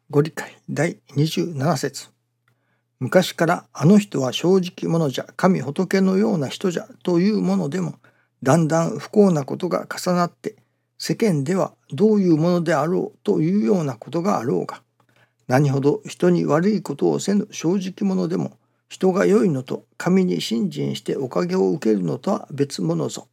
ご理解第27節。昔からあの人は正直者じゃ、神仏のような人じゃというものでも、だんだん不幸なことが重なって、世間ではどういうものであろうというようなことがあろうが、何ほど人に悪いことをせぬ正直者でも、人が良いのと神に信心しておかげを受けるのとは別物ぞ。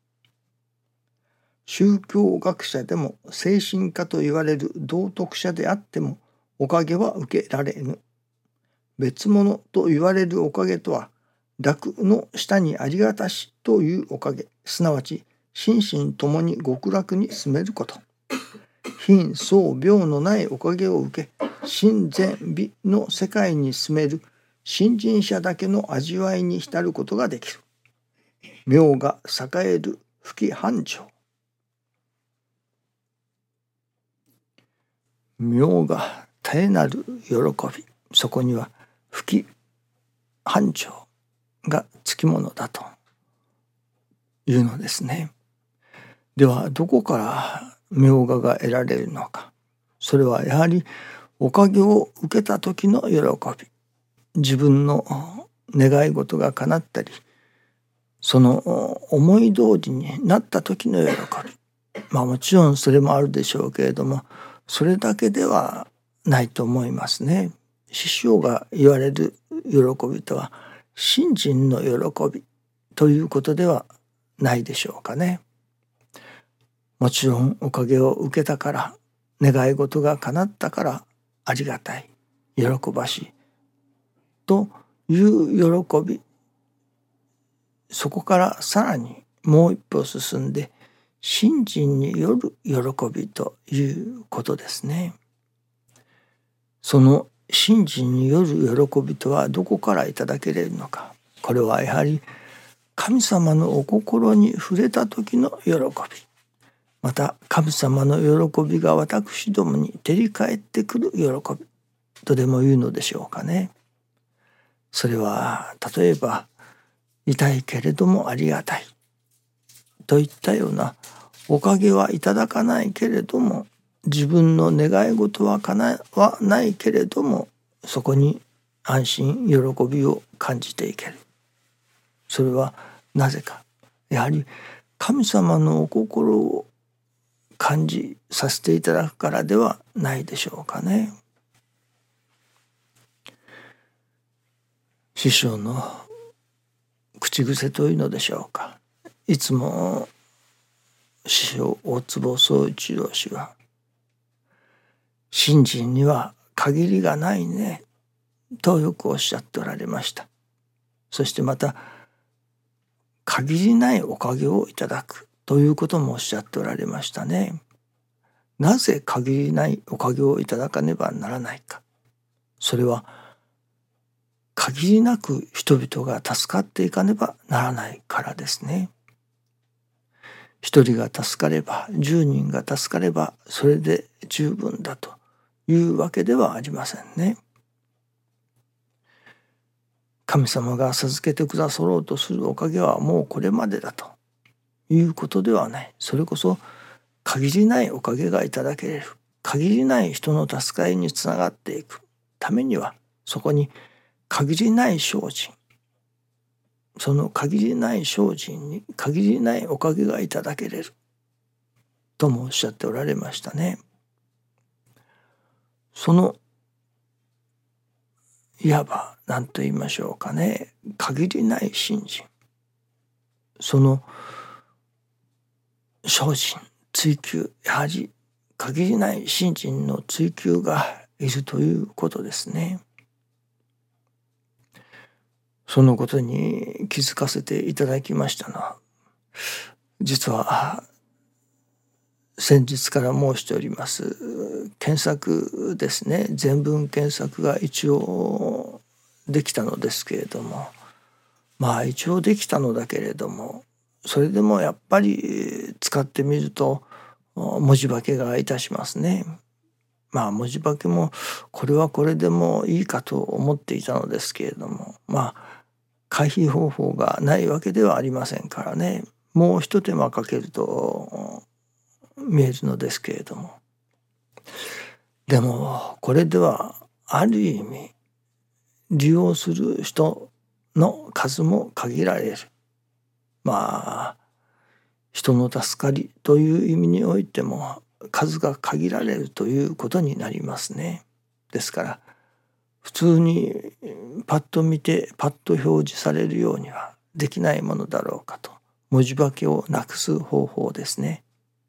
宗教学者でも精神科と言われる道徳者であってもおかげは受けられぬ。別物と言われるおかげとは、楽の下にありがたしというおかげ、すなわち心身ともに極楽に住めること。貧相病のないおかげを受け、真善美の世界に住める信心者だけの味わいに浸ることができる。名が栄える不帰繁盛。名が絶えなる喜び、そこには不帰繁盛がつきものだというのですね。ではどこから名がが得られるのか。それはやはりおかげを受けた時の喜び、自分の願い事が叶ったり、その思い通りになった時の喜び、もちろんそれもあるでしょうけれども、それだけではないと思いますね。師匠が言われる喜びとは信心の喜びということではないでしょうかね。もちろんおかげを受けたから、願い事が叶ったからありがたい、喜ばしいという喜び、そこからさらにもう一歩進んで信心による喜びということですね。その信心による喜びとはどこからいただけれるのか。これはやはり神様のお心に触れた時の喜び、また神様の喜びが私どもに照り返ってくる喜びとでも言うのでしょうかね。それは例えば痛いけれどもありがたいといったような、おかげはいただかないけれども、自分の願い事は叶わないけれども、そこに安心喜びを感じていける。それはなぜか、やはり神様のお心を感じさせていただくからではないでしょうかね。師匠の口癖というのでしょうか。いつも師匠大坪宗一郎氏は、信心には限りがないねとよくおっしゃっておられました。そしてまた限りないおかげをいただくということもおっしゃっておられましたね。なぜ限りないおかげをいただかねばならないか。それは限りなく人々が助かっていかねばならないからですね。一人が助かれば、10人が助かればそれで十分だというわけではありませんね。神様が授けてくださろうとするおかげはもうこれまでだということではない。それこそ限りないおかげがいただけれる、限りない人の助かりにつながっていくためには、そこに限りない精進、その限りない精進に限りないおかげがいただけれるともおっしゃっておられましたね。そのいわば何と言いましょうかね、限りない信心、その精進追求、やはり限りない信心の追求がいるということですね。そのことに気づかせていただきましたのは、実は先日から申しております検索ですね、全文検索が一応できたのですけれども、一応できたのだけれども、それでもやっぱり使ってみると文字化けがいたしますね。文字化けもこれはこれでもいいかと思っていたのですけれども、回避方法がないわけではありませんからね、もう一手間かけると見えるのですけれども、 でもこれではある意味利用する人の数も限られる。人の助かりという意味においても数が限られるということになりますね。ですから普通にパッと見てパッと表示されるようにはできないものだろうかと、文字化けをなくす方法ですね。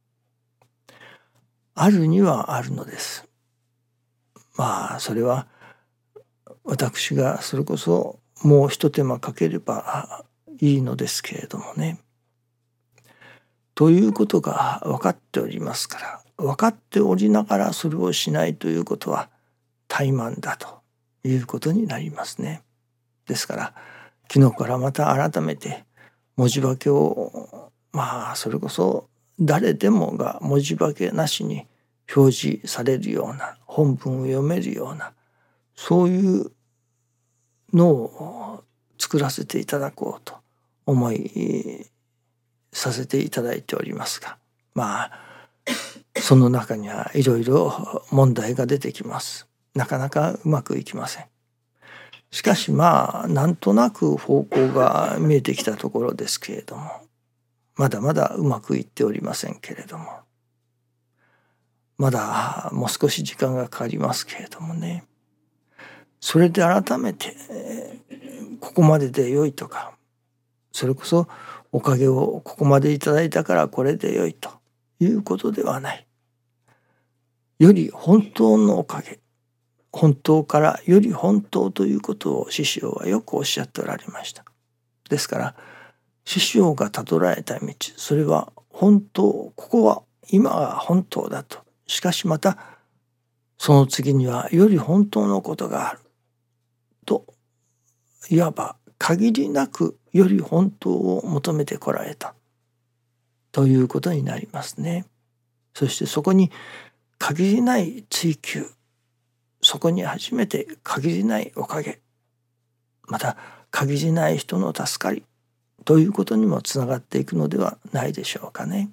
あるにはあるのです。それは私がそれこそもう一手間かければいいのですけれどもね。ということが分かっておりますから、分かっておりながらそれをしないということは怠慢だということになりますね。ですから昨日からまた改めて文字化けをそれこそ誰でもが文字化けなしに表示されるような、本文を読めるような、そういうのを作らせていただこうと思いさせていただいておりますが、その中にはいろいろ問題が出てきます。なかなかうまくいきません。しかしなんとなく方向が見えてきたところですけれども、まだまだうまくいっておりませんけれども、まだもう少し時間がかかりますけれどもね。それで改めてここまでで良いとか、それこそおかげをここまでいただいたからこれで良いということではない。より本当のおかげ、本当からより本当ということを師匠はよくおっしゃっておられました。ですから師匠がたどられた道、それは本当、ここは今が本当だと。しかしまたその次にはより本当のことがあると、いわば限りなくより本当を求めてこられたということになりますね。そしてそこに限りない追求、そこに初めて限りないおかげ、また限りない人の助かりということにもつながっていくのではないでしょうかね。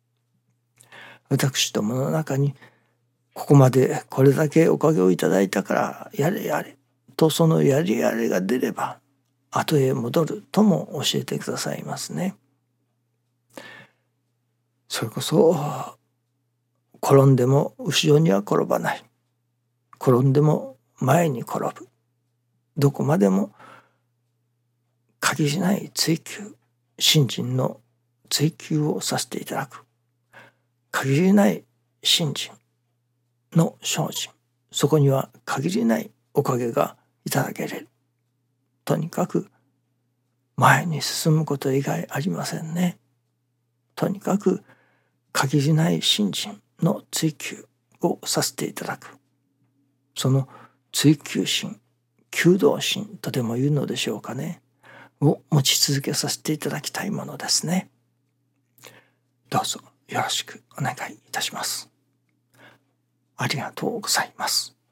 私どもの中にここまでこれだけおかげをいただいたからやれやれと、そのやれやれが出れば後へ戻るとも教えてくださいますね。それこそ転んでも後ろには転ばない、転んでも前に転ぶ、どこまでも限りない追求、信心の追求をさせていただく、限りない信心の精進、そこには限りないおかげがいただけれる。とにかく前に進むこと以外ありませんね。とにかく限りない信心の追求をさせていただく、その追求心、求道心とでも言うのでしょうかね、を持ち続けさせていただきたいものですね。どうぞよろしくお願いいたします。ありがとうございます。